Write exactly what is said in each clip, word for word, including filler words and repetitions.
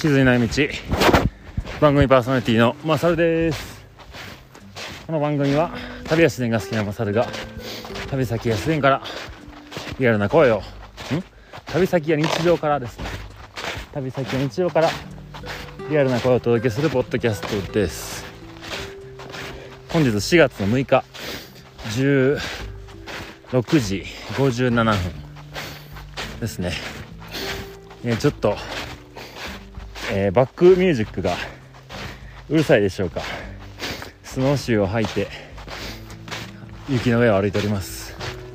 地図にない道、番組パーソナリティのマサルです。この番組は旅や自然が好きなマサルが旅先や自然からリアルな声をん旅先や日常からですね旅先や日常からリアルな声をお届けするポッドキャストです。本日しがつのむいかじゅうろくじごじゅうななふんですね。えー、ちょっと、えー、バックミュージックがうるさいでしょうか。スノーシューを履いて雪の上を歩いております。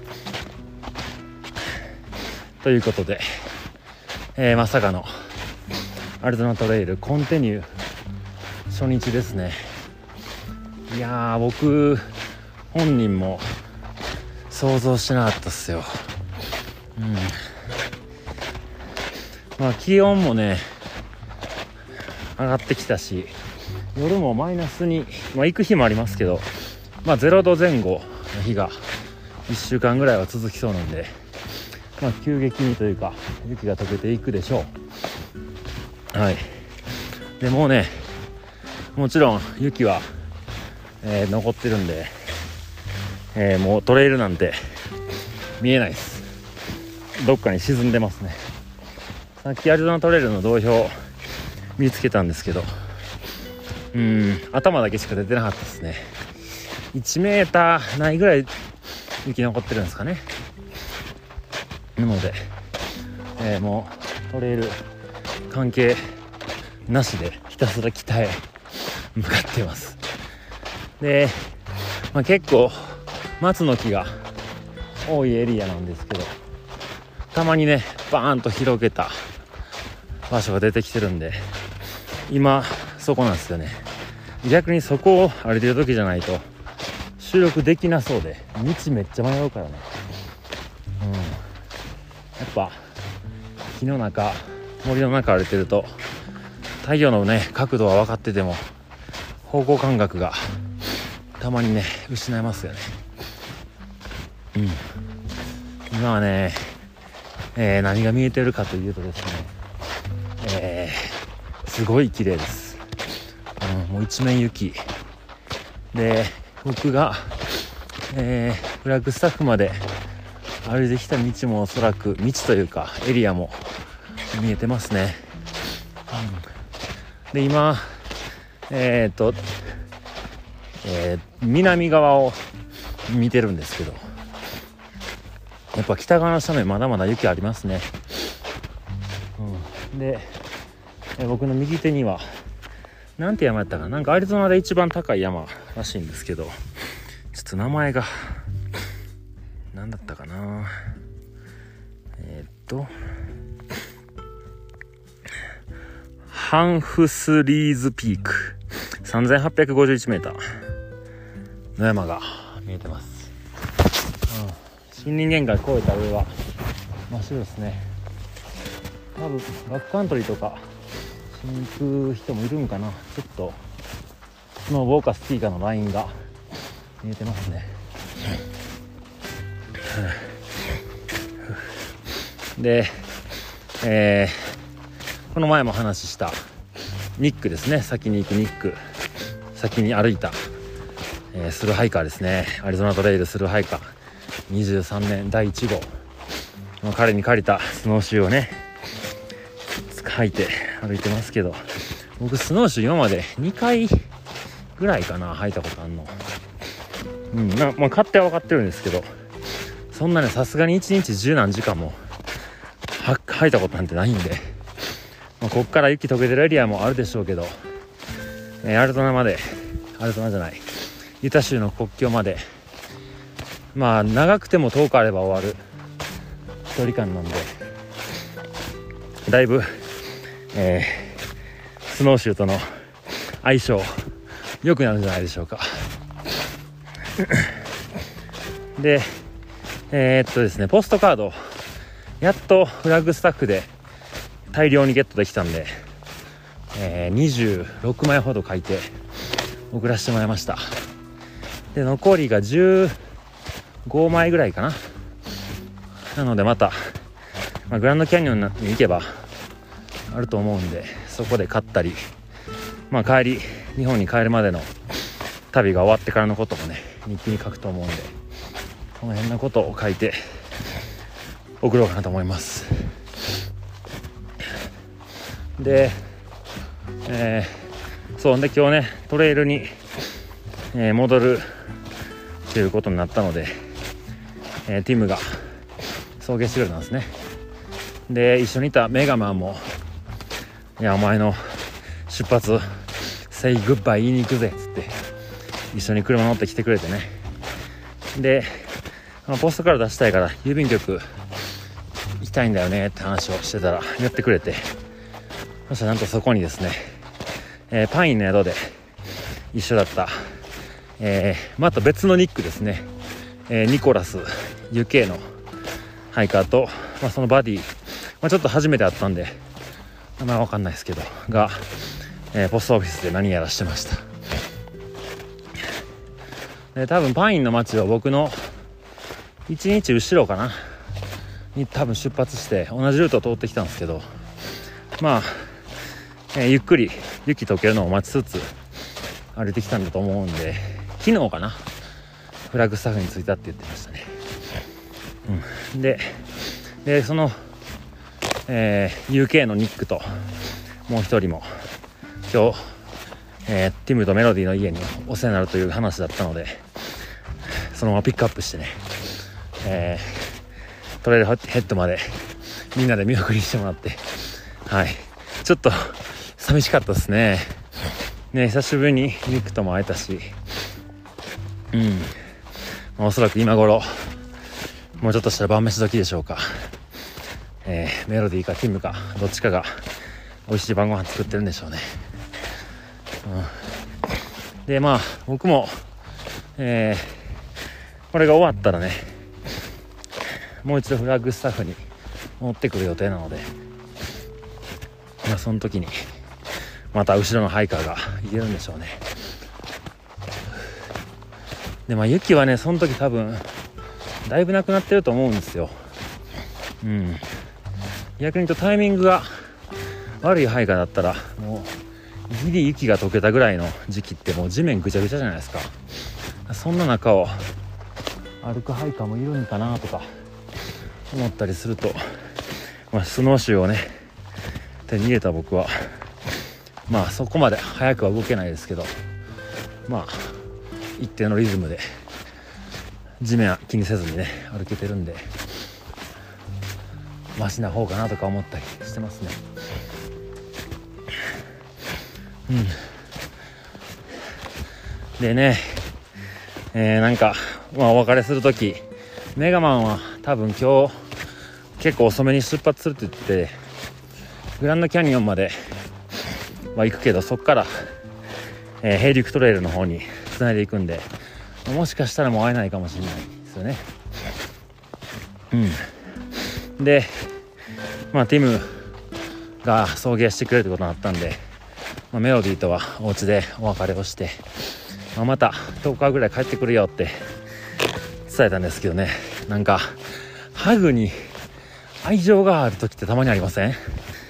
ということで、えー、まさかのアリゾナトレイルコンティニュー初日ですね。いやー、僕本人も想像してなかったっすよ。うんまあ気温もね上がってきたし、夜もマイナスに、まあ、行く日もありますけど、まあゼロどぜん後の日がいっしゅうかんぐらいは続きそうなんで、まあ急激にというか雪が溶けていくでしょう。はい。でもうね、もちろん雪は、えー、残ってるんで、えー、もうトレイルなんて見えないです。どっかに沈んでますね。さっきアリゾナトレイルの道標見つけたんですけど、うーん頭だけしか出てなかったですね。いちメーターないぐらい雪残ってるんですかね。なので、えー、もうトレイル関係なしでひたすら北へ向かっています。で、まあ、結構松の木が多いエリアなんですけど、たまにねバーンと広げた場所が出てきてるんで、今そこなんですよね。逆にそこを歩いてる時じゃないと収録できなそうで、道めっちゃ迷うからね。うんやっぱ木の中森の中歩いてると太陽のね角度は分かってても方向感覚がたまにね失いますよね。うん今はね、えー、何が見えてるかというとですね、えー、すごい綺麗です。うん、もう一面雪で、僕が、えー、フラッグスタッフまで歩いてきた道もおそらく道というかエリアも見えてますね。うん、で今えー、っと、えー、南側を見てるんですけど、やっぱ北側の斜面まだまだ雪ありますね。うん、で、えー、僕の右手にはなんて山やったかな、なんかアリゾナで一番高い山らしいんですけど、ちょっと名前がなんだったかな。えー、っとハンフスリーズピークさんぜんはっぴゃくごじゅういちメーターの山が見えてます。うん、森林限界越えた上は真っ白ですね。多分バックカントリーとかしに行く人もいるんかな。ちょっとスノーボーかスキーかのラインが見えてますね。で、えー、この前も話したニックですね。先に行くニック、先に歩いた、えー、スルーハイカーですね。アリゾナトレイルスルーハイカーにじゅうさんねんだいいち号、彼に借りたスノーシューをね履いて歩いてますけど、僕スノーシュー今までにかいぐらいかな履いたことあんの。うんな、まあ、買っては分かってるんですけど、そんなねさすがにいちにち十何時間もは履いたことなんてないんで、まあ、こっから雪溶けてるエリアもあるでしょうけど、えー、アリゾナまでアリゾナじゃないユタ州の国境まで、まあ長くても遠くあれば終わる距離感なんで、だいぶ、えー、スノーシューとの相性良くなるんじゃないでしょうか。で、えー、っとですねポストカードやっとフラッグスタッフで大量にゲットできたんで、えー、にじゅうろくまいほど書いて送らせてもらいました。で残りがじゅうごまいぐらいかな。なのでまた、まあ、グランドキャニオンに行けばあると思うんで、そこで買ったり、まあ帰り日本に帰るまでの旅が終わってからのこともね日記に書くと思うんで、この辺のことを書いて送ろうかなと思います。で、えー、そうで今日ねトレイルに、えー、戻るということになったので、えー、ティムが送迎してくれたんですね。で一緒にいたメガマンも、いやお前の出発セイグッバイ言いに行くぜっつって一緒に車乗って来てくれてね。でポストカード出したいから郵便局行きたいんだよねって話をしてたらやってくれて、そしたらなんとそこにですね、えー、パインの宿で一緒だった、えー、また別のニックですね、えー、ニコラス ユーケー のハイカーと、まあ、そのバディ、まあ、ちょっと初めて会ったんで名前は分かんないですけどが、えー、ポストオフィスで何やらしてました。で多分パインの街は僕のいちにち後ろかなに多分出発して同じルートを通ってきたんですけど、まあ、えー、ゆっくり雪溶けるのを待ちつつ歩いてきたんだと思うんで、昨日かなフラッグスタッフに着いたって言ってましたね。うん、で, でその、えー、ユーケー のニックともう一人も今日、えー、ティムとメロディの家にお世話になるという話だったので、そのままピックアップしてね、えー、トレイルヘッドまでみんなで見送りしてもらって、はい、ちょっと寂しかったですね。ね、久しぶりにニックとも会えたし、うん、まあ、おそらく今頃もうちょっとしたら晩飯時でしょうか、えー、メロディーかティムかどっちかが美味しい晩ご飯作ってるんでしょうね。うん、でまあ僕も、えー、これが終わったらねもう一度フラッグスタッフに持ってくる予定なので、まあ、その時にまた後ろのハイカーがいけるんでしょうね。でまあ雪はねその時多分だいぶなくなってると思うんですよ。うん、逆に言うとタイミングが悪いハイカーだったらもうギリ雪が溶けたぐらいの時期ってもう地面ぐちゃぐちゃじゃないですか。そんな中を歩くハイカーもいるんかなとか思ったりすると、まあ、スノーシューをね手に入れた僕はまあそこまで速くは動けないですけど、まあ一定のリズムで地面は気にせずにね歩けてるんでマシな方かなとか思ったりしてますね。うん、でね、えー、なんか、まあ、お別れするときメガマンは多分今日結構遅めに出発するって言ってグランドキャニオンまでは行くけど、そっから、えー、平陸トレイルの方につないでいくんで、もしかしたらもう会えないかもしれないですよね。うん、で、まあ、ティムが送迎してくれるってことになったんで、まあ、メロディーとはお家でお別れをして、まあ、またとおかぐらい帰ってくるよって伝えたんですけどね、なんかハグに愛情がある時ってたまにありません？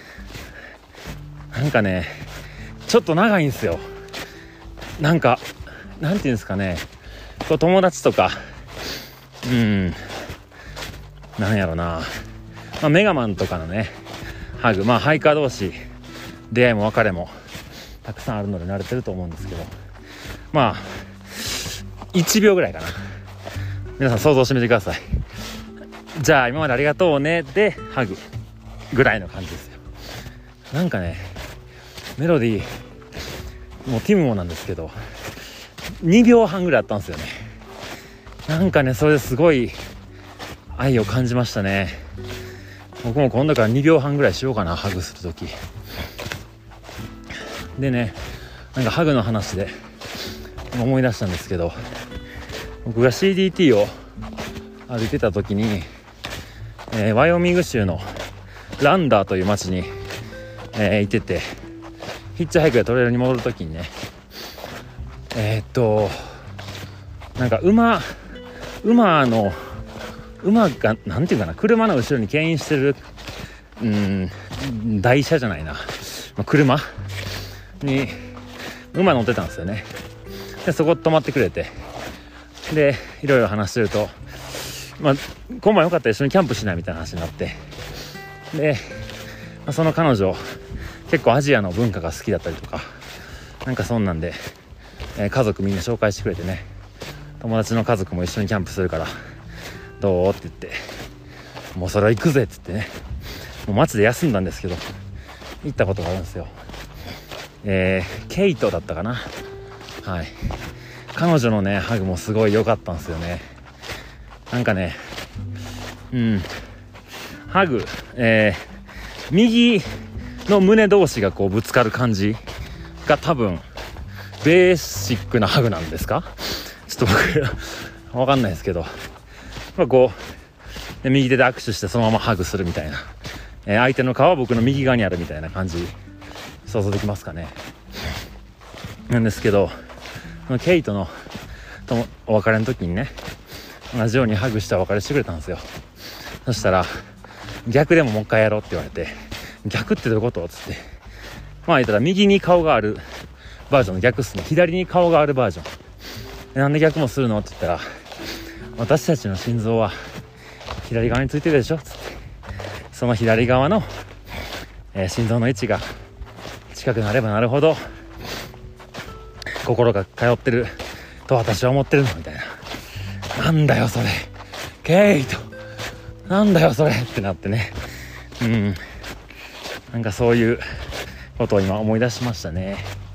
なんかねちょっと長いんですよ。なんかなんていうんですかね、こう友達とかうんなんやろな、まあ、メガマンとかのねハグ、まあハイカー同士出会いも別れもたくさんあるので慣れてると思うんですけど、まあいちびょうぐらいかな。皆さん想像してみてください。じゃあ今までありがとうねでハグぐらいの感じですよ。なんかねメロディーもうティムもなんですけどにびょうはんぐらいあったんですよね。なんかねそれですごい愛を感じましたね。僕も今度からにびょうはんぐらいしようかな、ハグするときでね。なんかハグの話で思い出したんですけど、僕が シーディーティー を歩いてた時に、えー、ワイオミング州のランダーという町に、えー、いてて、ヒッチハイクでトレイルに戻る時にね、えー、っとなんか馬馬の馬がなんていうかな、車の後ろに牽引してるうん台車じゃないな、車に馬乗ってたんですよね。でそこ泊まってくれて、でいろいろ話してると、まあ今晩よかったら一緒にキャンプしないみたいな話になって、で、まあ、その彼女結構アジアの文化が好きだったりとか、なんかそんなんで、えー、家族みんな紹介してくれてね、友達の家族も一緒にキャンプするからどうって言って、もうそれは行くぜって言ってね、もう街で休んだんですけど行ったことがあるんですよ。えー、ケイトだったかな。はい、彼女のねハグもすごい良かったんですよね。なんかね、うんハグ、えー、右の胸同士がこうぶつかる感じが多分ベーシックなハグなんですか、ちょっと僕わかんないですけど、まあ、こうで右手で握手してそのままハグするみたいな、えー、相手の顔は僕の右側にあるみたいな感じ想像できますかね。なんですけど、ケイトのともお別れの時にね、同じようにハグしてお別れしてくれたんですよ。そしたら逆でももう一回やろうって言われて、逆ってどういうことっつって、まあ言ったら右に顔があるバージョンの逆っすね。左に顔があるバージョン。なんで逆もするのって言ったら、私たちの心臓は左側についてるでしょっつって、その左側の、えー、心臓の位置が近くなればなるほど心が通ってると私は思ってるのみたいな。なんだよそれケイト、なんだよそれってなってね、うん、なんかそういうことを今思い出しましたね。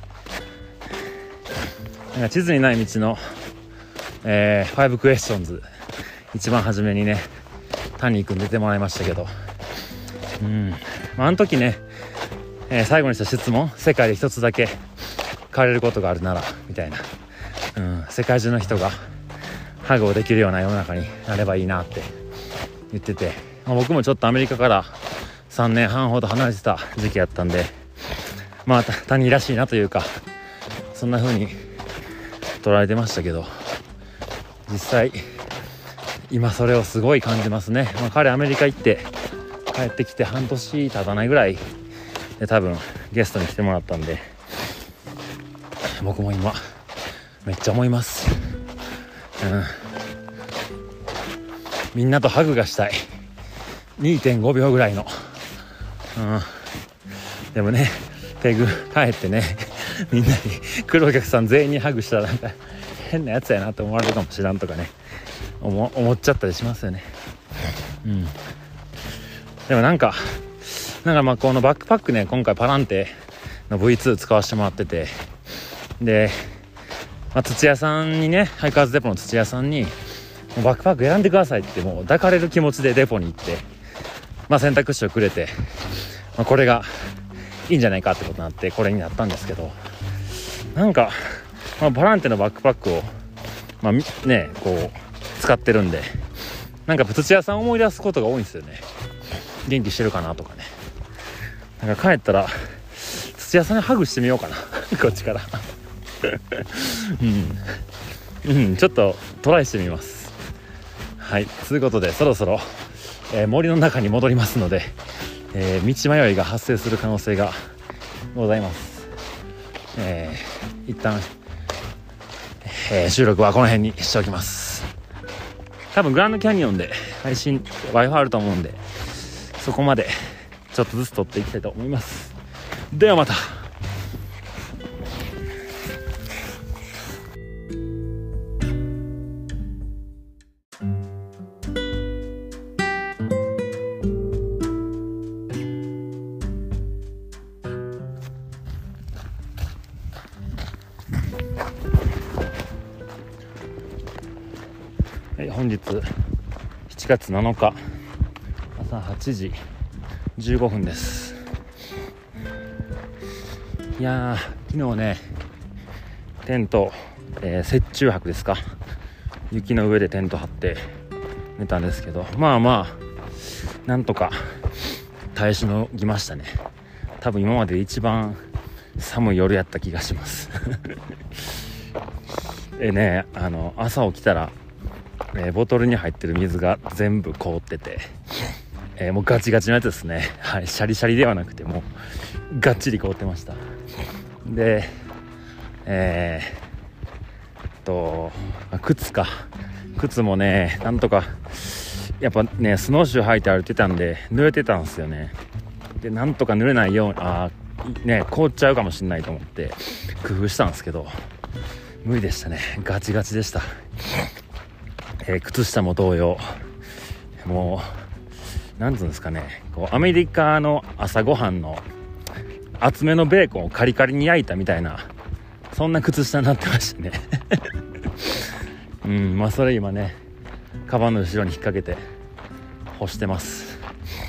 なんか地図にない道の、えー、ファイブクエスチョンズ一番初めにねタニー君出てもらいましたけど、うん、まあ、あの時ね、えー、最後にした質問、世界で一つだけ変われることがあるならみたいな、うん、世界中の人がハグをできるような世の中になればいいなって言ってて、まあ、僕もちょっとアメリカからさんねんはんほど離れてた時期やったんで、まあタニーらしいなというか、そんな風に捉えてましたけど、実際今それをすごい感じますね。まあ、彼アメリカ行って帰ってきて半年経たないぐらいで多分ゲストに来てもらったんで、僕も今めっちゃ思います、うん、みんなとハグがしたい にてんごびょうぐらいの、うん、でもねペグ帰ってねみんなに来るお客さん全員にハグしたらなんか変なやつやなって思われるかもしらんとかね 思, 思っちゃったりしますよね。うん、でもなんかなんかまあこのバックパックね、今回パランテの ブイツー 使わせてもらってて、で、まあ、土屋さんにね、ハイカーズデポの土屋さんにもうバックパック選んでくださいってもう抱かれる気持ちでデポに行って、まあ、選択肢をくれて、まあ、これがいいんじゃないかってことになってこれになったんですけど、なんか、まあ、パランテのバックパックを、まあね、こう使ってるんで、なんか土屋さんを思い出すことが多いんですよね。元気してるかなとかね。なんか帰ったら土屋さんにハグしてみようかなこっちからうん、うん、ちょっとトライしてみます。はい、ということでそろそろ、えー、森の中に戻りますので、えー、道迷いが発生する可能性がございます。えー、一旦、えー、収録はこの辺にしておきます。多分グランドキャニオンで配信 Wi-Fi あると思うんで、そこまでちょっとずつ撮っていきたいと思います。ではまた。はい、本日しちがつなのか朝はちじじゅうごふんです。いやー、昨日ねテント、えー、雪中泊ですか、雪の上でテント張って寝たんですけど、まあまあなんとか耐えしのぎましたね。多分今までで一番寒い夜やった気がしますえねあの朝起きたら、えー、ボトルに入ってる水が全部凍ってて、 えー、もうガチガチのやつですね。はい、シャリシャリではなくてもうがっちり凍ってました。でえー、っと靴か靴もねなんとかやっぱねスノーシュー履いて歩いてたんで濡れてたんですよね。でなんとか濡れないようにあね凍っちゃうかもしれないと思って工夫したんですけど無理でしたね。ガチガチでした。えー、靴下も同様もうなんつうんですかねこうアメリカの朝ごはんの厚めのベーコンをカリカリに焼いたみたいなそんな靴下になってましたねうんまあそれ今ねカバンの後ろに引っ掛けて干してます。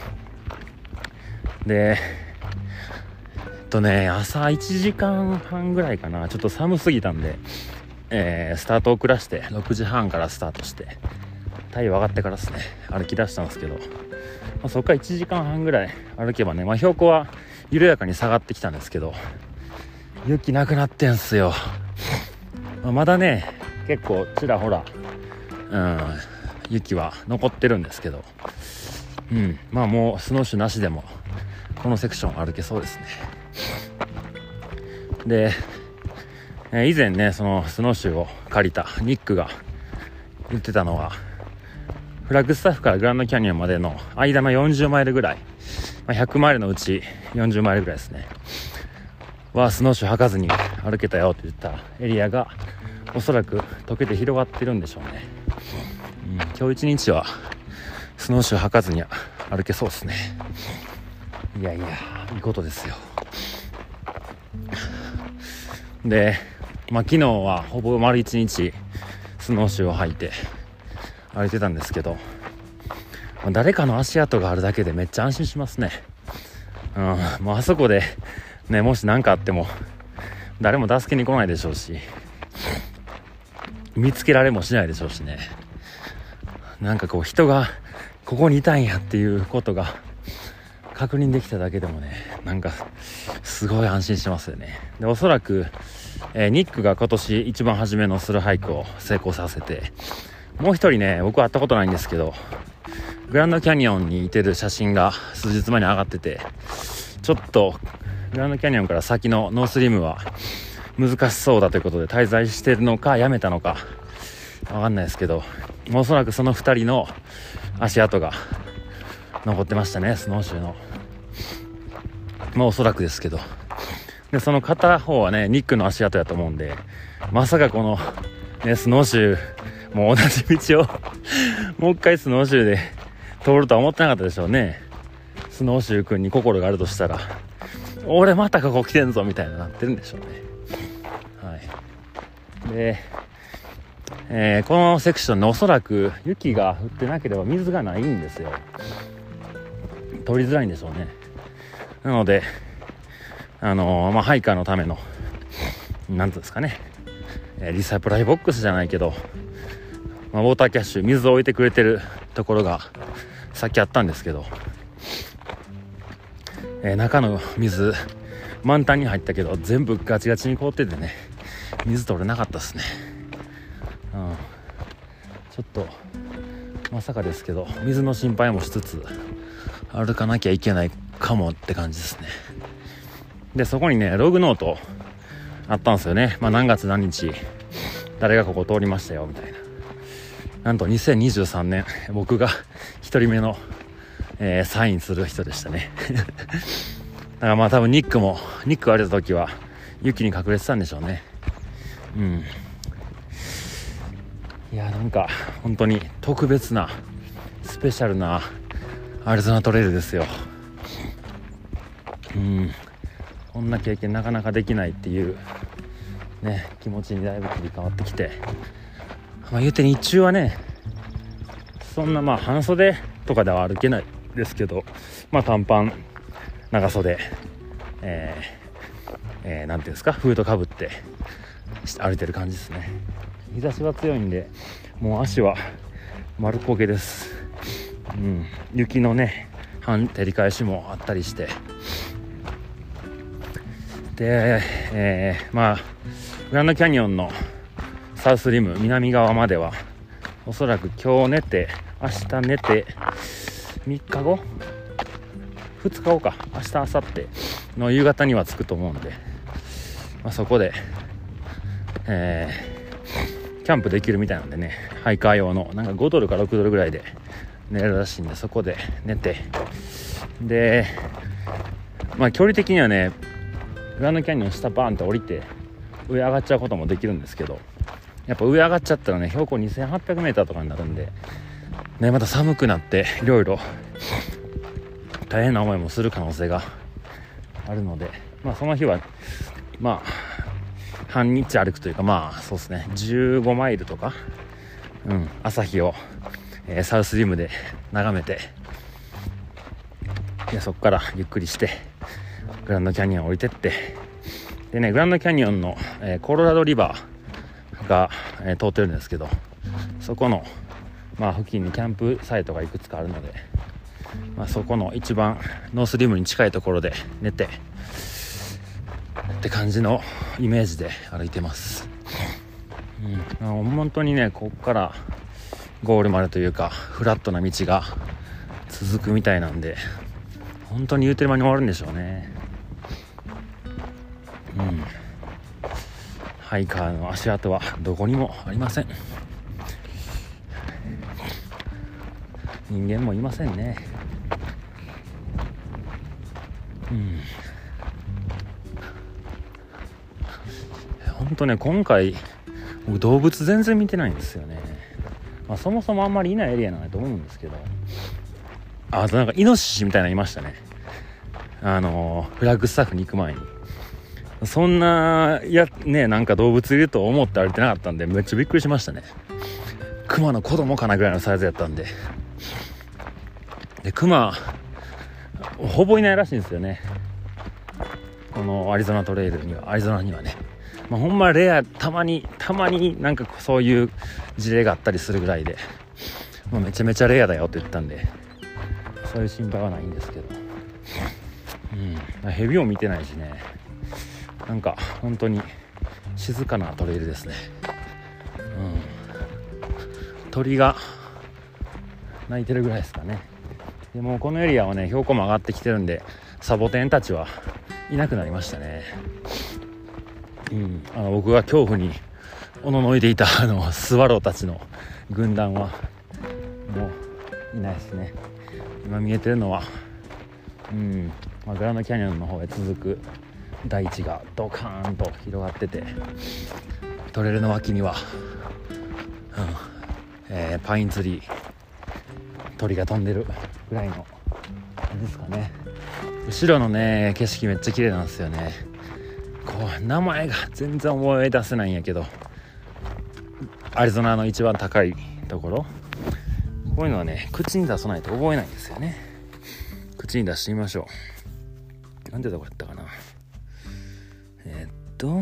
でえっとね朝いちじかんはんぐらいかなちょっと寒すぎたんで、えー、スタートを遅らしてろくじはんからスタートして太陽上がってからですね歩き出したんですけど、まあ、そこからいちじかんはんぐらい歩けばね、まあ、標高は緩やかに下がってきたんですけど雪なくなってんすよ。まあ、まだね結構ちらほら、うん、雪は残ってるんですけど、うん、まあもうスノーシューなしでもこのセクション歩けそうですね。で、えー、以前ねそのスノーシューを借りたニックが言ってたのはフラッグスタッフからグランドキャニオンまでの間のよんじゅうマイルぐらい、まあ、ひゃくマイルのうちよんじゅうマイルぐらいですねはスノーシュー履かずに歩けたよって言ったエリアがおそらく溶けて広がってるんでしょうね。うん、今日一日はスノーシュー履かずに歩けそうですね。いやいやいいことですよ。で、まあ、昨日はほぼ丸一日スノーシューを履いて歩いてたんですけど、まあ、誰かの足跡があるだけでめっちゃ安心しますね。うん、もうあそこでねもし何かあっても誰も助けに来ないでしょうし見つけられもしないでしょうしね。なんかこう人がここにいたんやっていうことが確認できただけでもねなんかすごい安心しますよね。でおそらく、えー、ニックが今年一番初めのスルーハイクを成功させてもう一人ね僕は会ったことないんですけどグランドキャニオンにいてる写真が数日前に上がっててちょっとグランドキャニオンから先のノースリムは難しそうだということで滞在してるのかやめたのかわかんないですけどおそらくそのふたりの足跡が残ってましたねスノーシューの。まあおそらくですけどでその片方はねニックの足跡やと思うんでまさかこの、ね、スノーシューもう同じ道をもう一回スノーシューで通るとは思ってなかったでしょうね。スノーシュー君に心があるとしたら俺またここ来てんぞみたいななってるんでしょうね。はいで、えー、このセクションねおそらく雪が降ってなければ水がないんですよ。取りづらいんでしょうね。なのであのー、まあハイカーのためのなんていうんですかね、えー、リサプライボックスじゃないけど、まあ、ウォーターキャッシュ水を置いてくれてるところがさっきあったんですけど、えー、中の水満タンに入ったけど全部ガチガチに凍っててね水取れなかったですね。うん、ちょっとまさかですけど水の心配もしつつ歩かなきゃいけないかもって感じですね。でそこにねログノートあったんですよね。まあ、何月何日誰がここ通りましたよみたいな。なんとにせんにじゅうさんねん僕が一人目の、えー、サインする人でしたねだからまあ多分ニックもニックが歩いた時は雪に隠れてたんでしょうね。うん、いやなんか本当に特別なスペシャルなアリゾナトレイルですよ。うん、こんな経験なかなかできないっていうね気持ちにだいぶ切り替わってきて、まあ、言うて日中はねそんなまあ半袖とかでは歩けないですけど、まあ短パン長袖、えーえー、なんていうんですかフードかぶって歩いてる感じですね。日差しは強いんでもう足は丸焦げです。うん、雪のね半照り返しもあったりしてで、えー、まあグランドキャニオンのサウスリム南側まではおそらく今日寝て明日寝て、 みっかごふつかごか、明日明後日の夕方には着くと思うんで、まあ、そこで、えー、キャンプできるみたいなんでね、ハイカー用のなんかごドルかろくドルぐらいで寝るらしいんで、そこで寝て、でまあ距離的にはねグランドキャニオン下バーンと降りて上上がっちゃうこともできるんですけど、やっぱ上上がっちゃったらね標高にせんはっぴゃくメーターとかになるんでね、また寒くなっていろいろ大変な思いもする可能性があるので、まあその日はまあ半日歩くというか、まあそうですねじゅうごマイルとか、うん、朝日を、えー、サウスリムで眺めて、でそこからゆっくりしてグランドキャニオン降りてって、でねグランドキャニオンの、えー、コロラドリバーが、えー、通ってるんですけど、そこのまあ付近にキャンプサイトがいくつかあるので、まあ、そこの一番ノースリムに近いところで寝てって感じのイメージで歩いてます、うん、本当にねここからゴールまでというかフラットな道が続くみたいなんで、本当に言うてる間に終わるんでしょうね。うん、ハイカーの足跡はどこにもありません。人間もいませんね。うん。本当ね今回僕動物全然見てないんですよね。まあ、そもそもあんまりいないエリアなんだと思うんですけど、ああとなんかイノシシみたいなのいましたね。あのー、フラッグスタッフに行く前にそんなやねなんか動物いると思って歩いてなかったんでめっちゃびっくりしましたね。クマの子供かなぐらいのサイズやったんで、でクマほぼいないらしいんですよね、このアリゾナトレイルには。アリゾナにはね、まあ、ほんまレア、たまにたまになんかそういう事例があったりするぐらいで、まあ、めちゃめちゃレアだよって言ったんでそういう心配はないんですけど、うん、ヘビを見てないしね、なんか本当に静かなトレイルですね、うん、鳥が鳴いてるぐらいですかね。でもこのエリアはね標高も上がってきてるんでサボテンたちはいなくなりましたね。うん、あの僕が恐怖におののいていたあのスワローたちの軍団はもういないですね。今見えてるのは、うんまあ、グランドキャニオンの方へ続く大地がドカーンと広がってて、トレイルの脇には、うんえー、パインツリー、鳥が飛んでるぐらいの感じですかね。後ろのね景色めっちゃ綺麗なんですよね。こう名前が全然思い出せないんやけど、アリゾナの一番高いところ、こういうのはね口に出さないと覚えないんですよね。口に出してみましょう。なんてとこやったかな。えー、っと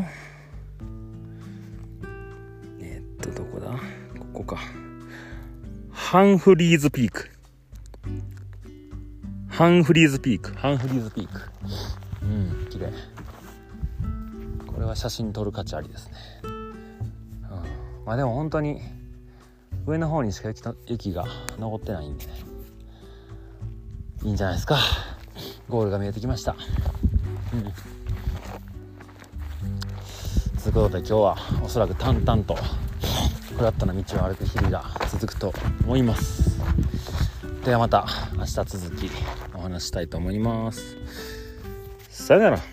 えー、っとどこだ、ここか。ハンフリーズピークハンフリーズピークハンフリーズピークうん綺麗。これは写真撮る価値ありですね、うん、まあでも本当に上の方にしか 雪, 雪が残ってないんでね、いいんじゃないですか。ゴールが見えてきました、うん、ということで今日はおそらく淡々とフラットな道を歩く日々が続くと思います。ではまた明日続きお話したいと思います。さよなら。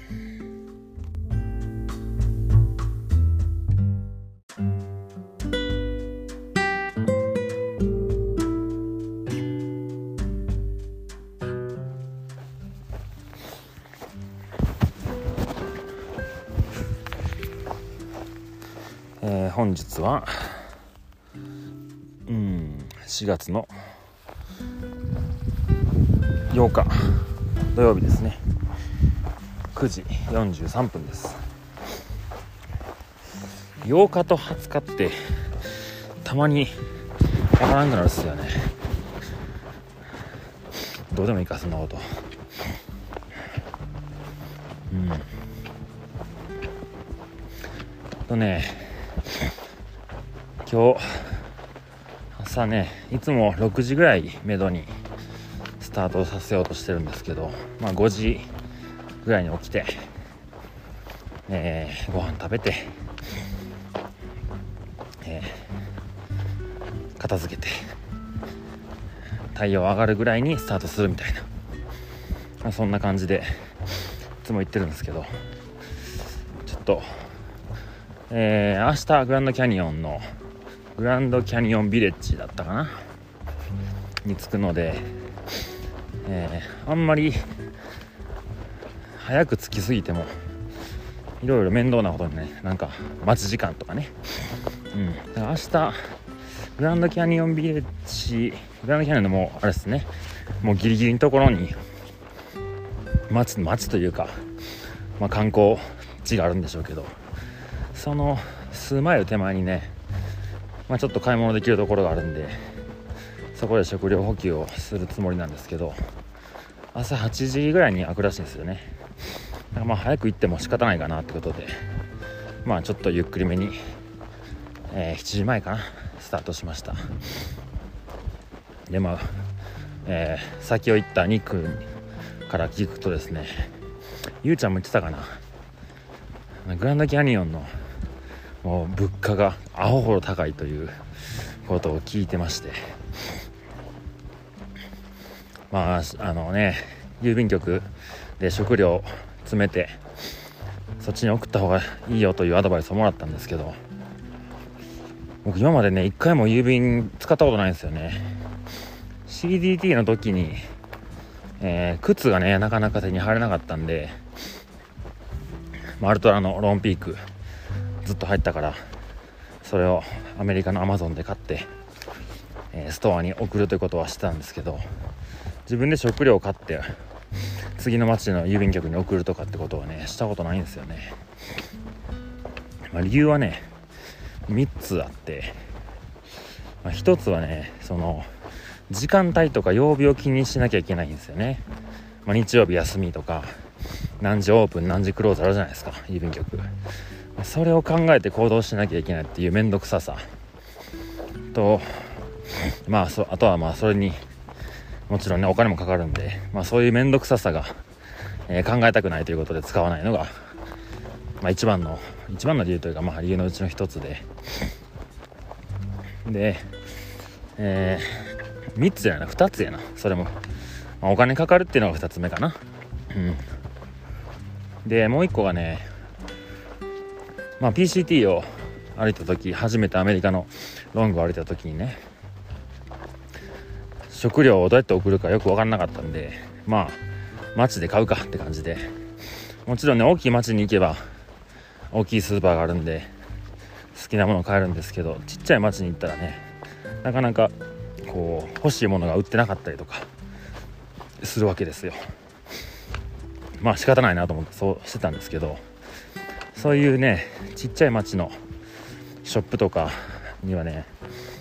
えー、本日はうんしがつのようか土曜日ですね。くじよんじゅうさんぷんです。ようかとはつかってたまにわからんくなるっすよね。どうでもいいかそんなこと。うんとね今日朝ねいつもろくじぐらいめどにスタートさせようとしてるんですけど、まあ、ごじぐらいに起きて、えー、ご飯食べて、えー、片付けて太陽上がるぐらいにスタートするみたいな、まあ、そんな感じでいつも言ってるんですけど、ちょっと、えー、明日グランドキャニオンのグランドキャニオンビレッジだったかなに着くので、えー、あんまり早く着きすぎてもいろいろ面倒なことにね、なんか待ち時間とかね、うん、だから明日グランドキャニオンビレッジ、グランドキャニオンのもうあれですね、もうギリギリのところに街街というか、まあ、観光地があるんでしょうけど、その数マイル手前にね、まあ、ちょっと買い物できるところがあるんで、そこで食料補給をするつもりなんですけど、朝はちじぐらいに開くらしいんですよね。だからまあ早く行っても仕方ないかなってことで、まあちょっとゆっくりめに、えー、しちじまえかなスタートしました。でまあ、えー、先を行ったニックから聞くとですね、ゆうちゃんも言ってたかな、グランドキャニオンのもう物価がアホほど高いということを聞いてまして、まああのね、郵便局で食料詰めてそっちに送った方がいいよというアドバイスをもらったんですけど、僕今までね一回も郵便使ったことないんですよね。 シーディーティー の時に、えー、靴がねなかなか手に入らなかったんで、アルトラのローンピークずっと入ったから、それをアメリカのアマゾンで買って、えー、ストアに送るということはしてたんですけど、自分で食料を買って次の町の郵便局に送るとかってことはねしたことないんですよね。まあ、理由はねみっつあって、まあ、ひとつはね、その時間帯とか曜日を気にしなきゃいけないんですよね。まあ、日曜日休みとか何時オープン何時クローズあるじゃないですか、郵便局。それを考えて行動しなきゃいけないっていう面倒くささと、まあそあとはまあそれにもちろんねお金もかかるんで、まあそういう面倒くささが、えー、考えたくないということで使わないのが、まあ一番の一番の理由というか、まあ理由のうちの一つで、で、えー、みっつじゃないなふたつやな、それも、まあ、お金かかるっていうのがふたつめかな。うんでもういっこがね、まあ、ピーシーティー を歩いた時、初めてアメリカのロングを歩いた時にね、食料をどうやって送るかよく分からなかったんで、まあ街で買うかって感じで、もちろんね大きい街に行けば大きいスーパーがあるんで好きなものを買えるんですけど、ちっちゃい街に行ったらねなかなかこう欲しいものが売ってなかったりとかするわけですよ。まあ仕方ないなと思ってそうしてたんですけど、そういうねちっちゃい町のショップとかにはね、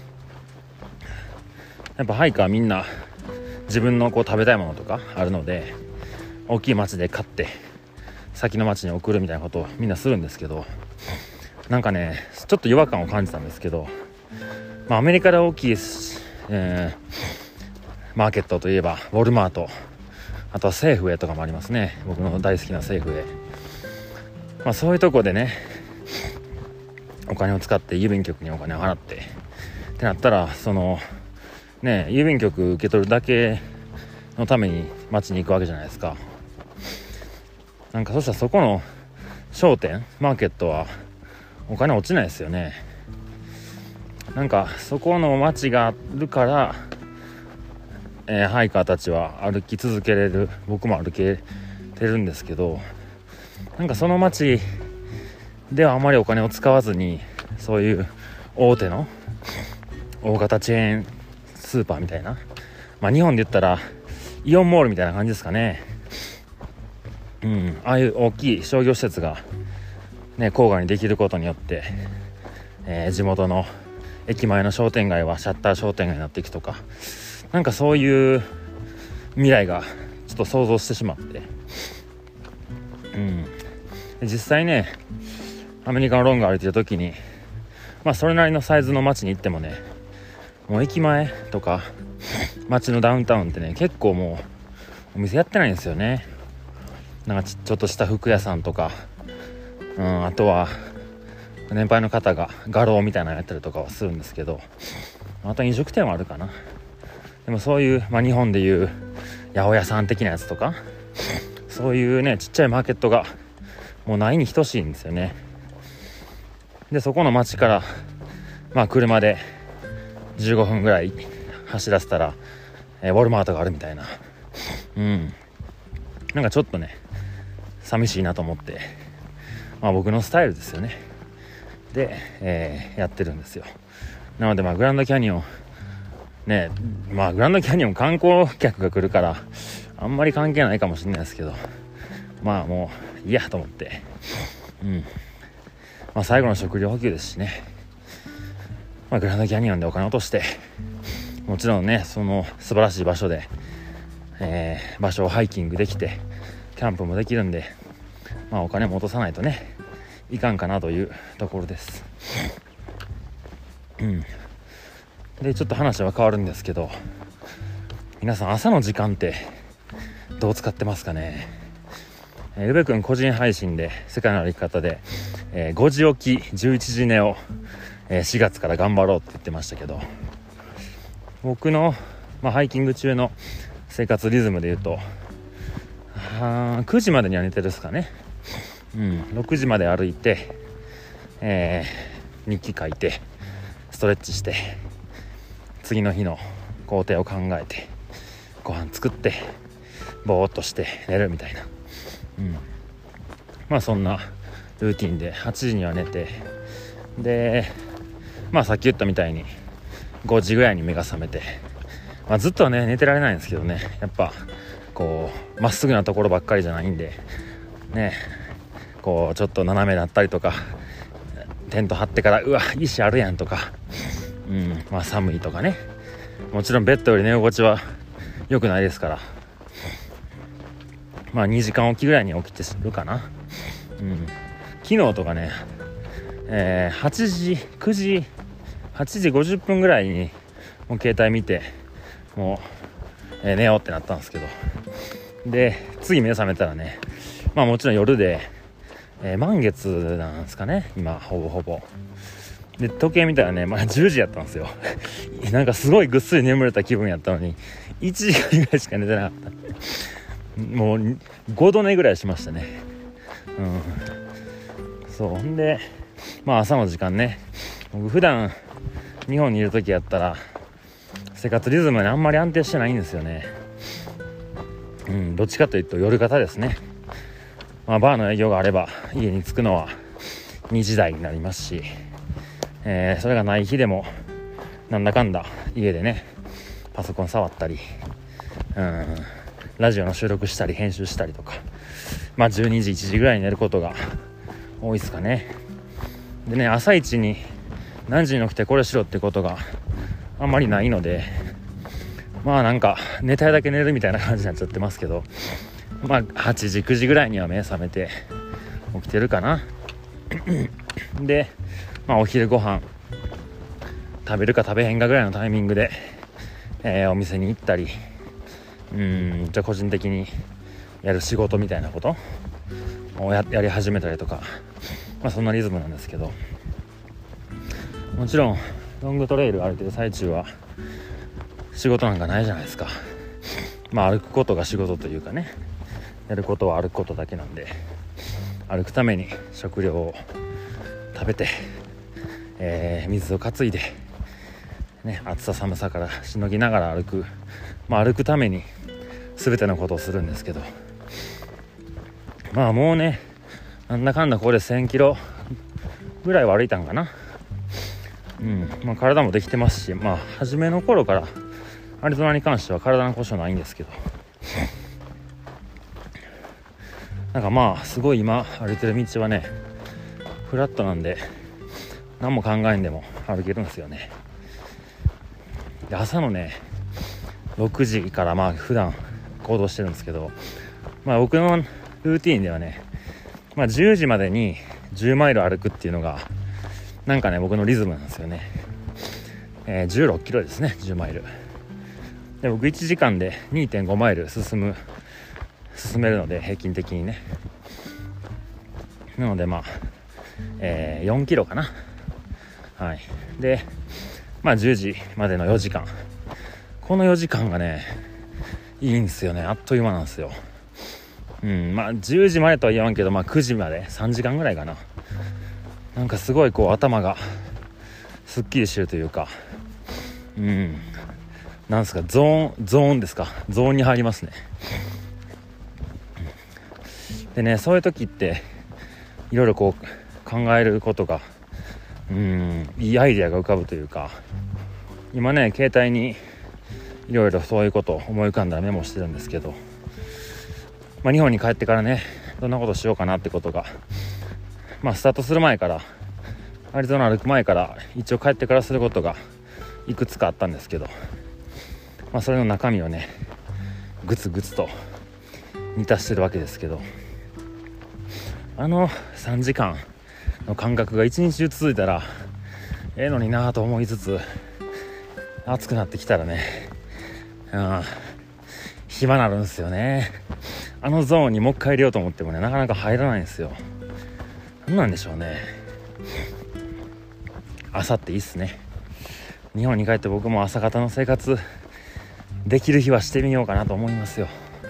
やっぱハイカーみんな自分のこう食べたいものとかあるので、大きい町で買って先の町に送るみたいなことをみんなするんですけど、なんかねちょっと違和感を感じたんですけど、まあ、アメリカで大きい、えー、マーケットといえばウォルマート、あとはセーフウェイとかもありますね。僕の大好きなセーフウェイ、まあ、そういうとこでねお金を使って郵便局にお金を払ってってなったら、そのね郵便局受け取るだけのために街に行くわけじゃないですか。なんかそしたらそこの商店マーケットはお金落ちないですよね。なんかそこの街があるから、えー、ハイカーたちは歩き続けれる、僕も歩けてるんですけど、なんかその街ではあまりお金を使わずに、そういう大手の大型チェーンスーパーみたいな、まあ日本で言ったらイオンモールみたいな感じですかね。うん、ああいう大きい商業施設がね郊外にできることによって、えー、地元の駅前の商店街はシャッター商店街になっていくとか、なんかそういう未来がちょっと想像してしまって、うん、実際ねアメリカのロング歩いてる時に、まあそれなりのサイズの街に行ってもね、もう駅前とか街のダウンタウンってね結構もうお店やってないんですよね。なんか ち, ちょっとした服屋さんとか、うん、あとは年配の方が画廊みたいなのやったりとかはするんですけど、あと飲食店はあるかな。でもそういう、まあ、日本でいう八百屋さん的なやつとかそういうねちっちゃいマーケットがもうないに等しいんですよね。でそこの街からまあ車でじゅうごふんぐらい走らせたら、えー、ウォルマートがあるみたいな、うんなんかちょっとね寂しいなと思って、まあ僕のスタイルですよね。で、えー、やってるんですよ。なのでまあグランドキャニオンね、まあグランドキャニオン観光客が来るからあんまり関係ないかもしれないですけど、まあもういいやと思って、うんまあ最後の食料補給ですしね、まあ、グランドキャニオンでお金落として、もちろんねその素晴らしい場所で、えー、場所をハイキングできてキャンプもできるんで、まあお金も落とさないとねいかんかなというところです。うんでちょっと話は変わるんですけど、皆さん朝の時間ってどう使ってますかね。えー、宇部くん個人配信で世界の歩き方で、えー、ごじ起きじゅういちじ寝を、えー、しがつから頑張ろうって言ってましたけど、僕の、まあ、ハイキング中の生活リズムで言うとあくじまでには寝てるですかね。うん、ろくじまで歩いて、えー、日記書いてストレッチして次の日の工程を考えてご飯作ってぼーっとして寝るみたいな、うん、まあそんなルーティンではちじには寝て、でまあさっき言ったみたいにごじぐらいに目が覚めて、まあ、ずっとはね寝てられないんですけどね、やっぱこうまっすぐなところばっかりじゃないんでね、こうちょっと斜めだったりとかテント張ってからうわ石あるやんとか、うんまあ寒いとかね、もちろんベッドより寝心地は良くないですから、まあにじかんおきぐらいに起きてるかな。うん昨日とかね、えー、はちじくじはちじごじゅっぷんぐらいにもう携帯見てもう、えー、寝ようってなったんですけど、で次目覚めたらね、まあもちろん夜で、えー、満月なんですかね今ほぼほぼで、時計見たらね、まあ、じゅうじやったんですよなんかすごいぐっすり眠れた気分やったのにいちじかんぐらいしか寝てなかったもうごど寝ぐらいしましたね。うんそうほんでまあ朝の時間ね、僕普段日本にいる時やったら生活リズムにあんまり安定してないんですよね。うんどっちかというと夜型ですね。まあ、バーの営業があれば家に着くのはにじ台になりますし、えー、それがない日でもなんだかんだ家でねパソコン触ったり、うんラジオの収録したり編集したりとか、まあじゅうにじいちじぐらいに寝ることが多いですかね。でね朝一に何時に起きてこれしろってことがあんまりないので、まあなんか寝たいだけ寝るみたいな感じになっちゃってますけど、まあはちじくじぐらいには目覚めて起きてるかなで、まあ、お昼ご飯食べるか食べへんかぐらいのタイミングで、えー、お店に行ったり、うーんじゃあ個人的にやる仕事みたいなことを や, やり始めたりとか、まあそんなリズムなんですけど、もちろんロングトレイル歩いてる最中は仕事なんかないじゃないですか。まあ歩くことが仕事というかね、やることは歩くことだけなんで、歩くために食料を食べて、えー、水を担いで、ね、暑さ寒さからしのぎながら歩く、まあ、歩くために全てのことをするんですけど、まあもうねなんだかんだここでせんキロぐらいは歩いたんかな。うんまあ、体もできてますし、まあ初めの頃からアリゾナに関しては体の故障ないんですけど、なんかまあすごい今歩いてる道はねフラットなんで何も考えんでも歩けるんですよね。で朝のねろくじからまあ普段行動してるんですけど、まあ僕のルーティーンではね、まあじゅうじまでにじゅうマイル歩くっていうのがなんかね僕のリズムなんですよね。えー、じゅうろっキロですねじゅうマイル。 で僕いちじかんで にてんご マイル進む進めるので、平均的にね。なのでまあ、えー、よんキロかな。はい。でまあじゅうじまでのよじかん、このよじかんがねいいんですよね。あっという間なんですよ。うん、まあじゅうじまでとは言わんけど、まあくじまでさんじかんぐらいかな。なんかすごいこう頭がすっきりしてるというか、うん、なんですか、ゾーンゾーンですか、ゾーンに入りますね。でね、そういう時っていろいろこう考えることが、うん、いいアイデアが浮かぶというか、今ね携帯にいろいろそういうことを思い浮かんだらメモしてるんですけど、まあ、日本に帰ってからねどんなことしようかなってことが、まあスタートする前から、アリゾナ歩く前から一応帰ってからすることがいくつかあったんですけど、まあそれの中身をねグツグツと満たしてるわけですけど、あのさんじかんの間隔が一日中続いたらええのになと思いつつ、暑くなってきたらね、うん、暇なるんですよね。あのゾーンにもう一回入れようと思ってもね、なかなか入らないんですよ。なんなんでしょうね。朝っていいっすね。日本に帰って僕も朝方の生活できる日はしてみようかなと思いますよ。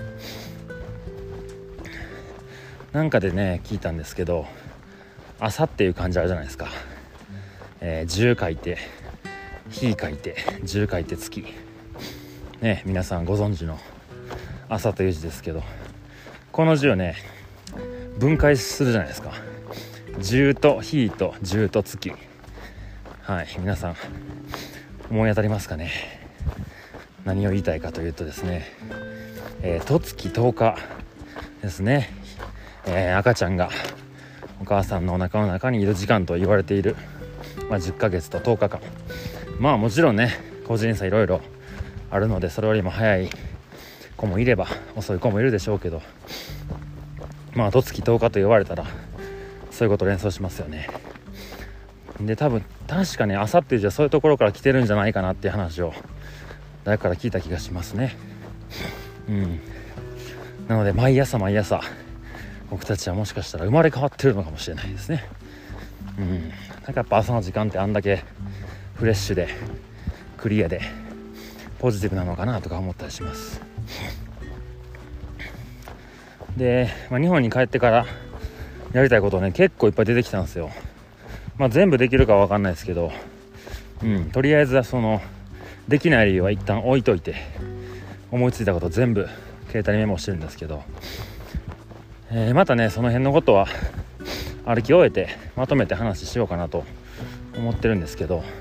なんかでね聞いたんですけど、朝っていう漢字あるじゃないですか。えー、十書いて日書いて十書いて月ね、皆さんご存知の朝という字ですけど、この字をね分解するじゃないですか。十と日と十と月。はい、皆さん思い当たりますかね。何を言いたいかというとですね、えー、と月とおかですね。えー、赤ちゃんがお母さんのお腹の中にいる時間と言われている、まあ、じゅっかげつととおかかん。まあもちろんね個人差いろいろあるので、それよりも早い子もいれば遅い子もいるでしょうけど、まあと月とおかと言われたらそういうことを連想しますよね。で多分確かね朝っていう字はそういうところから来てるんじゃないかなっていう話を誰から聞いた気がしますね。うん。なので毎朝毎朝僕たちはもしかしたら生まれ変わってるのかもしれないですね。うん。なんかやっぱ朝の時間ってあんだけフレッシュでクリアでポジティブなのかなとか思ったりします。で、まあ、日本に帰ってからやりたいことね結構いっぱい出てきたんですよ。まあ全部できるかは分かんないですけど、うん、とりあえずはそのできない理由は一旦置いといて、思いついたこと全部携帯にメモしてるんですけど、えー、またねその辺のことは歩き終えてまとめて話しようかなと思ってるんですけど、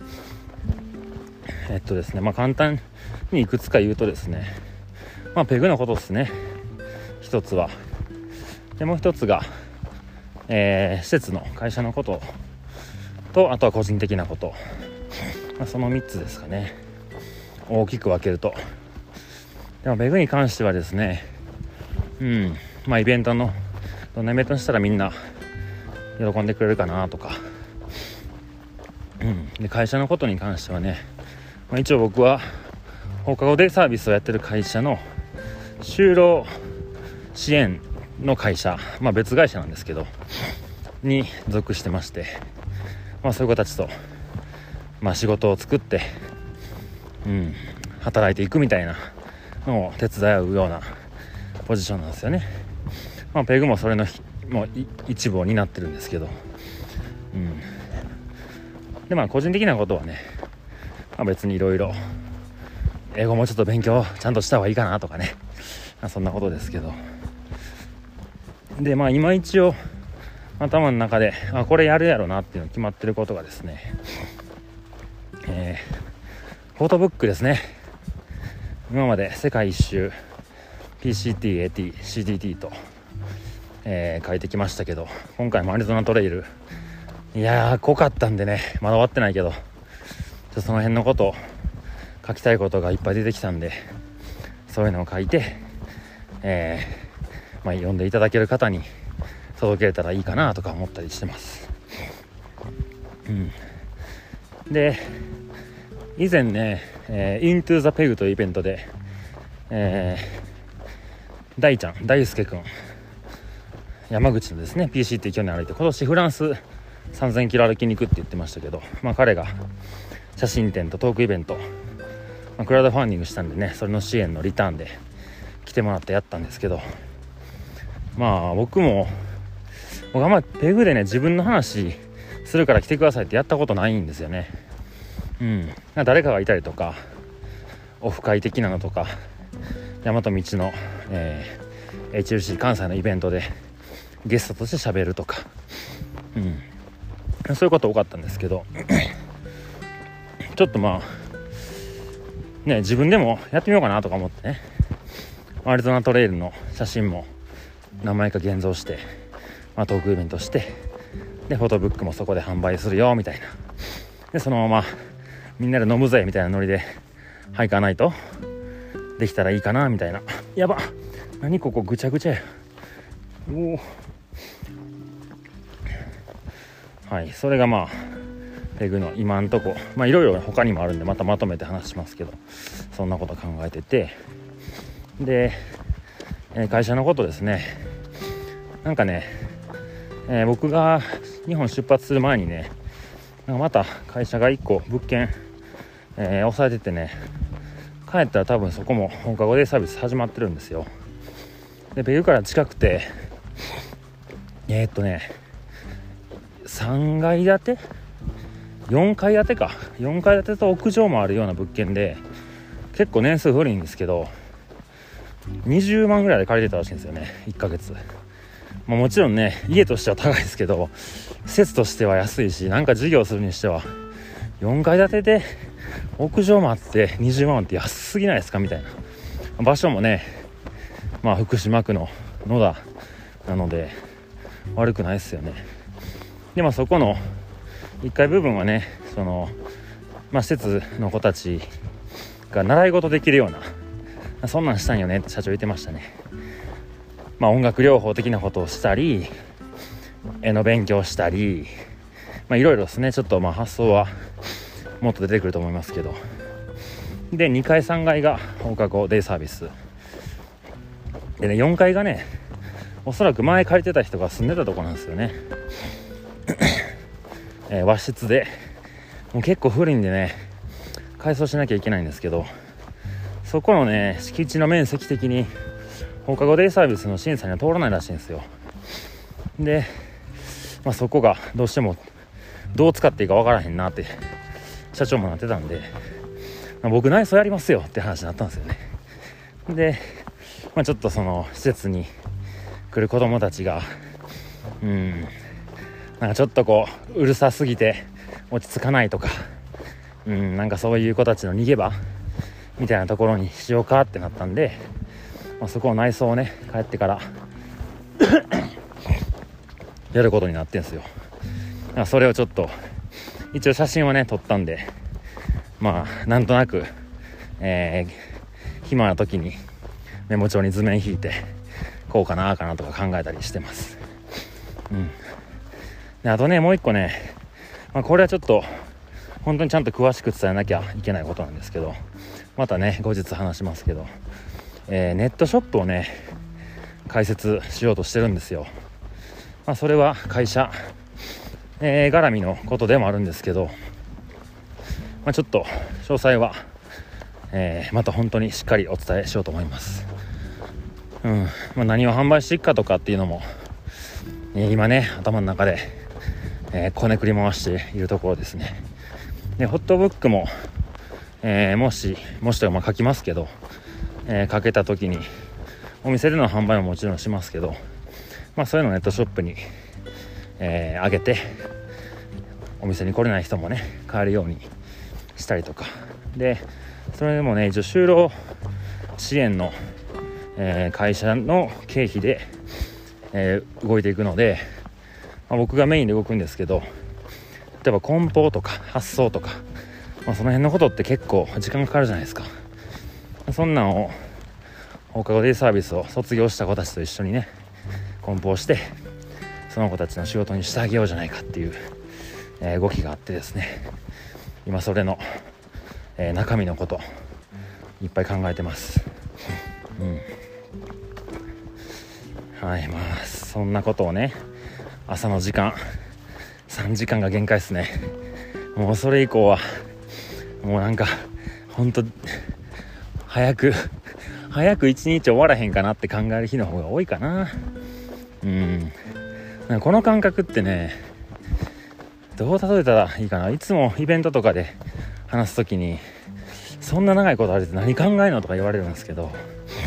えっとですねまあ簡単にいくつか言うとですね、まあペグのことですね一つは。でもう一つが、えー、施設の会社のことと、あとは個人的なこと、まあ、そのみっつですかね、大きく分けると。でもペグに関してはですね、うんまあイベントのどんなイベントにしたらみんな喜んでくれるかなとか、うん、で会社のことに関してはね、まあ、一応僕は放課後デイサービスをやってる会社の就労支援の会社、まあ別会社なんですけどに属してまして、まあそういう子たちとまあ仕事を作って、うん、働いていくみたいなのを手伝うようなポジションなんですよね。まあペグもそれのもう一部を担ってるんですけど、うん、でまあ個人的なことはね、まあ、別にいろいろ英語もちょっと勉強ちゃんとした方がいいかなとかね、まあ、そんなことですけど、でまあ今一応頭の中であこれやるやろなっていうの決まってることがですね、えー、フォトブックですね。今まで世界一周 ピーシーティー、エーティー、シーディーティー と、えー、書いてきましたけど、今回もアリゾナトレイルいやー濃かったんでね、まだ終わってないけどちょっとその辺のことを書きたいことがいっぱい出てきたんで、そういうのを書いて、えーまあ、読んでいただける方に届けれたらいいかなとか思ったりしてます。うん、で以前ね、えー、Into the Peg というイベントで、えー、大ちゃん大輔くん山口のですね ピーシー って去年歩いて、今年フランスさんぜんキロ歩きに行くって言ってましたけど、まあ彼が写真展とトークイベント、まあ、クラウドファンディングしたんでね、それの支援のリターンで来てもらってやったんですけど、まあ僕も僕あんまりペグでね自分の話するから来てくださいってやったことないんですよね。うん、誰かがいたりとかオフ会的なのとか大和道の、えー、エイチエルシー 関西のイベントでゲストとして喋るとか、うん、そういうこと多かったんですけどちょっとまあね自分でもやってみようかなとか思ってね、アリゾナトレイルの写真も何枚か現像して、まあ、トークイベントして、でフォトブックもそこで販売するよみたいな、でそのままみんなで飲むぜみたいなノリではいかないとできたらいいかなみたいな。やば、何ここぐちゃぐちゃや。おはい、それがまあペグの今んとこ、まあいろいろ他にもあるんでまたまとめて話しますけど、そんなこと考えてて、で、えー、会社のことですね。なんかね、えー、僕が日本出発する前にね、なんかまた会社がいっこ物件、えー、抑えててね、帰ったら多分そこも放課後デイサービス始まってるんですよ。でペグから近くて、えー、っとねさんがい建てよんかい建てかよんかい建てと屋上もあるような物件で、結構年数古いんですけどにじゅうまんぐらいで借りてたらしいんですよね、いっかげつ。まあ、もちろんね家としては高いですけど施設としては安いし、なんか事業するにしてはよんかい建てで屋上もあってにじゅうまんって安すぎないですかみたいな。場所もね、まあ福島区の野田なので悪くないですよね。でまあそこのいっかい部分はね、そのまあ施設の子たちが習い事できるような、そんなんしたんよねって社長言ってましたね。まあ音楽療法的なことをしたり、絵の勉強したり、まあいろいろですね。ちょっとまあ発想はもっと出てくると思いますけど、でにかいさんがいが放課後デイサービスでね、よんかいがねおそらく前借りてた人が住んでたとこなんですよねえー、和室でもう結構古いんでね改装しなきゃいけないんですけど、そこのね敷地の面積的に放課後デイサービスの審査には通らないらしいんですよ。で、まあ、そこがどうしてもどう使っていいかわからへんなって社長もなってたんで、まあ、僕内装やりますよって話になったんですよね。で、まあ、ちょっとその施設に来る子供たちがうんなんかちょっとこううるさすぎて落ち着かないとか、うんなんかそういう子たちの逃げ場みたいなところにしようかってなったんで、まあ、そこの内装をね帰ってからやることになってんすよ。まあそれをちょっと一応写真はね撮ったんで、まあなんとなく、えー、暇な時にメモ帳に図面引いてこうかなあかなとか考えたりしてます。うんであとねもう一個ね、まあ、これはちょっと本当にちゃんと詳しく伝えなきゃいけないことなんですけど、またね後日話しますけど、えー、ネットショップをね開設しようとしてるんですよ。まあ、それは会社、えー、絡みのことでもあるんですけど、まあ、ちょっと詳細は、えー、また本当にしっかりお伝えしようと思います。うんまあ、何を販売していくかとかっていうのも、えー、今ね頭の中でえー、こねくり回しているところですね。でホットブックも、えー、もしもしとまあ書きますけど、えー、書けた時にお店での販売ももちろんしますけど、まあそういうのをネットショップに、えー、上げてお店に来れない人もね買えるようにしたりとかで、それでもね一応就労支援の、えー、会社の経費で、えー、動いていくので、まあ、僕がメインで動くんですけど、例えば梱包とか発送とか、まあ、その辺のことって結構時間かかるじゃないですか。そんなんを放課後デイサービスを卒業した子たちと一緒にね梱包してその子たちの仕事にしてあげようじゃないかっていう、えー、動きがあってですね、今それの、 えー、中身のこといっぱい考えてます。うん、はい、まあそんなことをね、朝の時間さんじかんが限界ですね。もうそれ以降はもうなんかほんと早く早く一日終わらへんかなって考える日の方が多いかな。うん、なんかこの感覚ってね、どう例えたらいいかな。いつもイベントとかで話すときに、そんな長いことあるって何考えるのとか言われるんですけど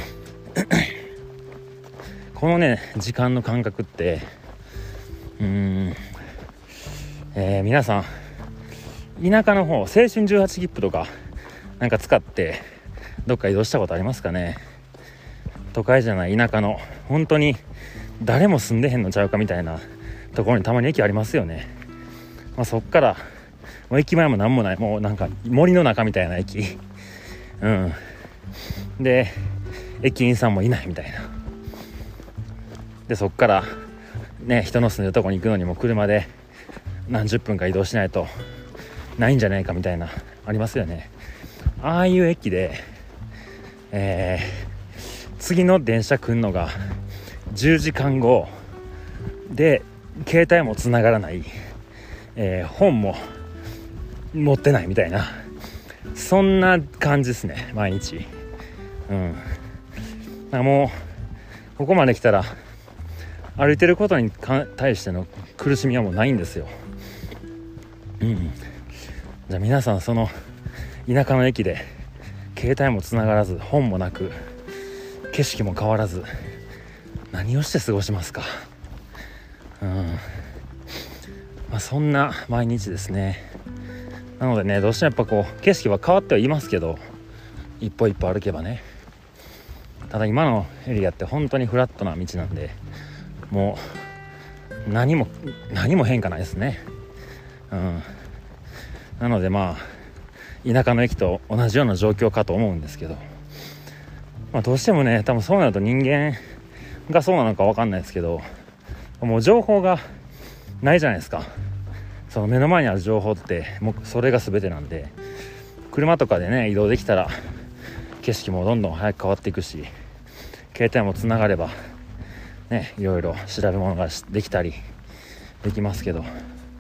このね時間の感覚ってうーん、えー、皆さん田舎の方青春じゅうはち切符とかなんか使ってどっか移動したことありますかね。都会じゃない田舎の本当に誰も住んでへんのちゃうかみたいなところにたまに駅ありますよね。まあ、そっからもう駅前もなんもない、もうなんか森の中みたいな駅、うん、で駅員さんもいないみたいな。でそっからね人の住んでるとこに行くのにも車で何十分か移動しないとないんじゃないかみたいなありますよね。ああいう駅で、えー、次の電車来んのがじゅうじかんごで携帯もつながらない、えー、本も持ってないみたいな、そんな感じですね毎日。うん、もうここまで来たら歩いてることに対しての苦しみはもうないんですよ。うん、じゃあ皆さんその田舎の駅で携帯もつながらず本もなく景色も変わらず何をして過ごしますか。うん、まあ、そんな毎日ですね。なのでね、どうしてもやっぱこう景色は変わってはいますけど、一歩一歩歩けばね。ただ今のエリアって本当にフラットな道なんで、もう何も何も変化ないですね。うん、なのでまあ田舎の駅と同じような状況かと思うんですけど、まあ、どうしてもね多分そうなると人間がそうなのか分かんないですけど、もう情報がないじゃないですか。その目の前にある情報ってもうそれが全てなんで、車とかでね移動できたら景色もどんどん早く変わっていくし、携帯もつながればねいろいろ調べ物ができたりできますけど、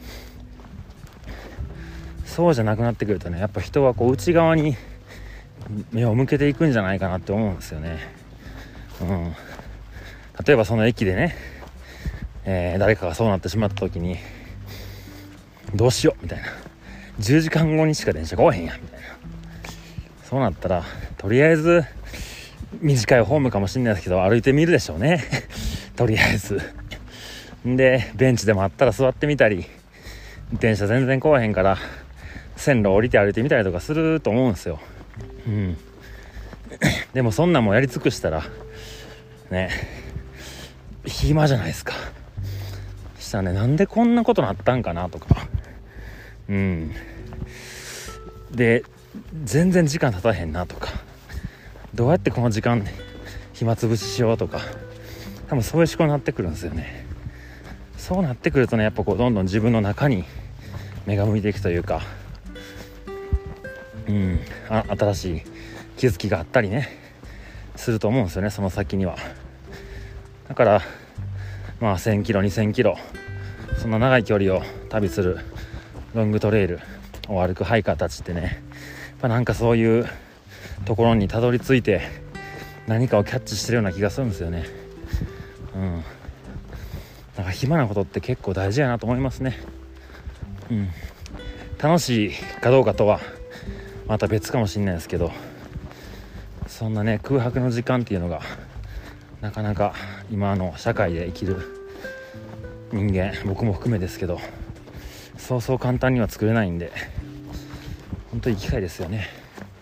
そうじゃなくなってくるとね、やっぱ人はこう内側に目を向けていくんじゃないかなって思うんですよね。うん、例えばその駅でね、えー、誰かがそうなってしまった時にどうしようみたいな、じゅうじかんごにしか電車来おへんやみたいな、そうなったらとりあえず短いホームかもしれないですけど歩いてみるでしょうねとりあえずでベンチでもあったら座ってみたり、電車全然来おへんから線路降りて歩いてみたりとかすると思うんですよ。うん、でもそんなんもやり尽くしたらね暇じゃないですか。したらね、なんでこんなことなったんかなとか、うんで全然時間経たへんなとか、どうやってこの時間暇つぶししようとか、多分そういう思考になってくるんですよね。そうなってくるとね、やっぱこうどんどん自分の中に目が向いていくというか、うん、あ新しい気づきがあったりねすると思うんですよね、その先には。だからまあせんキロにせんキロそんな長い距離を旅するロングトレイルを歩くハイカーたちってね、やっぱなんかそういうところにたどり着いて何かをキャッチしてるような気がするんですよね。うん、なんか暇なことって結構大事やなと思いますね。うん、楽しいかどうかとはまた別かもしれないですけど、そんなね空白の時間っていうのがなかなか今の社会で生きる人間、僕も含めですけど、そうそう簡単には作れないんで、本当にいい機会ですよね。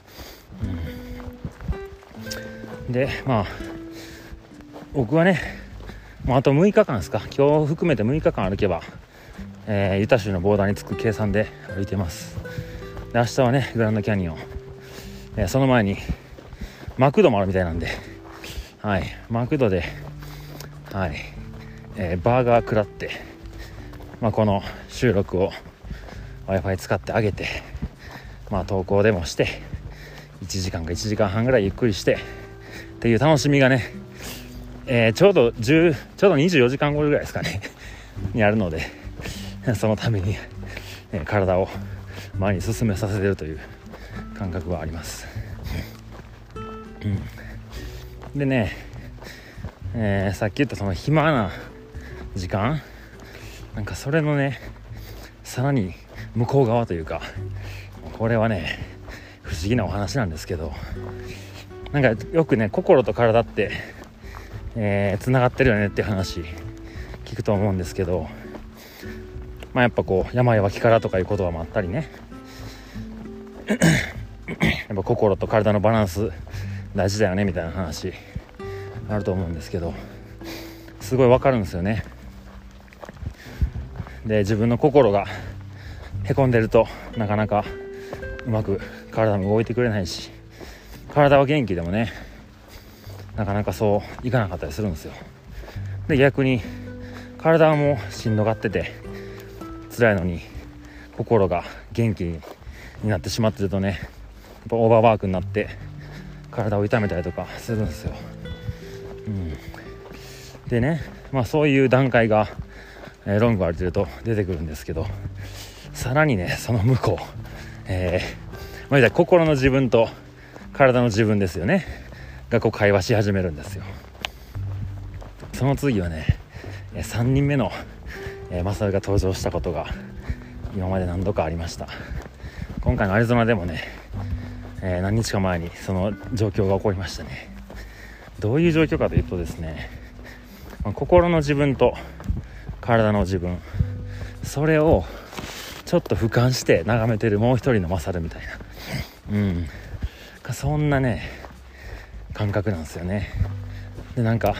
うん、でまあ僕はねもうあとむいかかんですか、今日含めてむいかかん歩けば、えー、ユタ州のボーダーに着く計算で歩いてます。で明日はねグランドキャニオン、えー、その前にマクドもあるみたいなんで、はい、マクドで、はいえー、バーガー食らって、まあ、この収録を Wi-Fi 使ってあげて、 まあ登校でもしていちじかんかいちじかんはんぐらいゆっくりしてっていう楽しみがね、えー、ちょうどじゅうちょうどにじゅうよじかんごぐらいですかねにあるので、そのために、えー、体を前に進めさせてるという感覚はあります。うん、でね、えー、さっき言ったその暇な時間、なんかそれのねさらに向こう側というか、これはね不思議なお話なんですけど、なんかよくね心と体ってえー、つながってるよねっていう話聞くと思うんですけど、まあやっぱこう病は気からとかいう言葉もあったりねやっぱ心と体のバランス大事だよねみたいな話あると思うんですけど、すごいわかるんですよね。で自分の心がへこんでるとなかなかうまく体も動いてくれないし、体は元気でもねなかなかそういかなかったりするんですよ。で逆に体はもうしんどがってて辛いのに心が元気になってしまってるとね、やっぱオーバーワークになって体を痛めたりとかするんですよ。うん、でね、まあそういう段階が、えー、ロング歩いてると出てくるんですけど、さらにねその向こう、えー、まあ心の自分と体の自分ですよねがこう会話し始めるんですよ。その次はねさんにんめの、えー、マサルが登場したことが今まで何度かありました。今回のアリゾナでもね、えー、何日か前にその状況が起こりましたね。どういう状況かというとですね、まあ、心の自分と体の自分、それをちょっと俯瞰して眺めてるもう一人のマサルみたいな、うん、そんなね感覚なんですよね。でなんか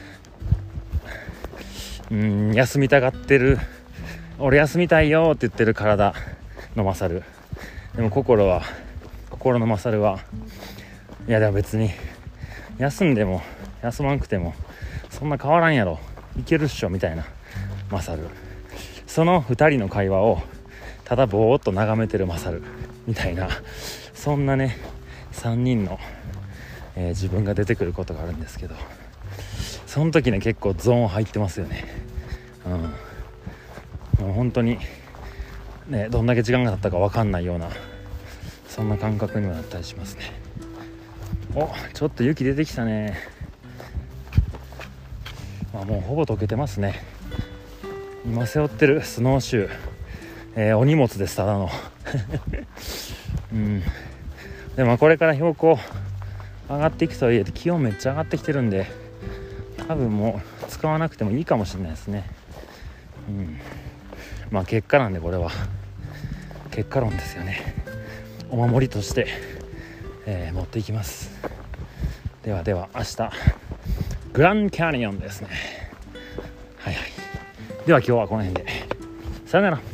うーん休みたがってる、俺休みたいよって言ってる体のマサル、でも心は心のマサルはいやでも別に休んでも休まんくてもそんな変わらんやろ、いけるっしょみたいなマサル、そのふたりの会話をただぼーっと眺めてるマサルみたいな、そんなねさんにんの、えー、自分が出てくることがあるんですけど、その時ね結構ゾーン入ってますよね。うん、もう本当にねどんだけ時間が経ったか分かんないようなそんな感覚にもなったりしますね。お、ちょっと雪出てきたね。まあ、もうほぼ溶けてますね。今背負ってるスノーシュー、えー、お荷物ですただの、うん、でもこれから標高上がっていくとはいえ気温めっちゃ上がってきてるんで多分もう使わなくてもいいかもしれないですね。うん、まあ結果なんでこれは結果論ですよね。お守りとして、えー、持っていきます。ではでは明日グランキャニオンですね。はいはい。では今日はこの辺でさよなら。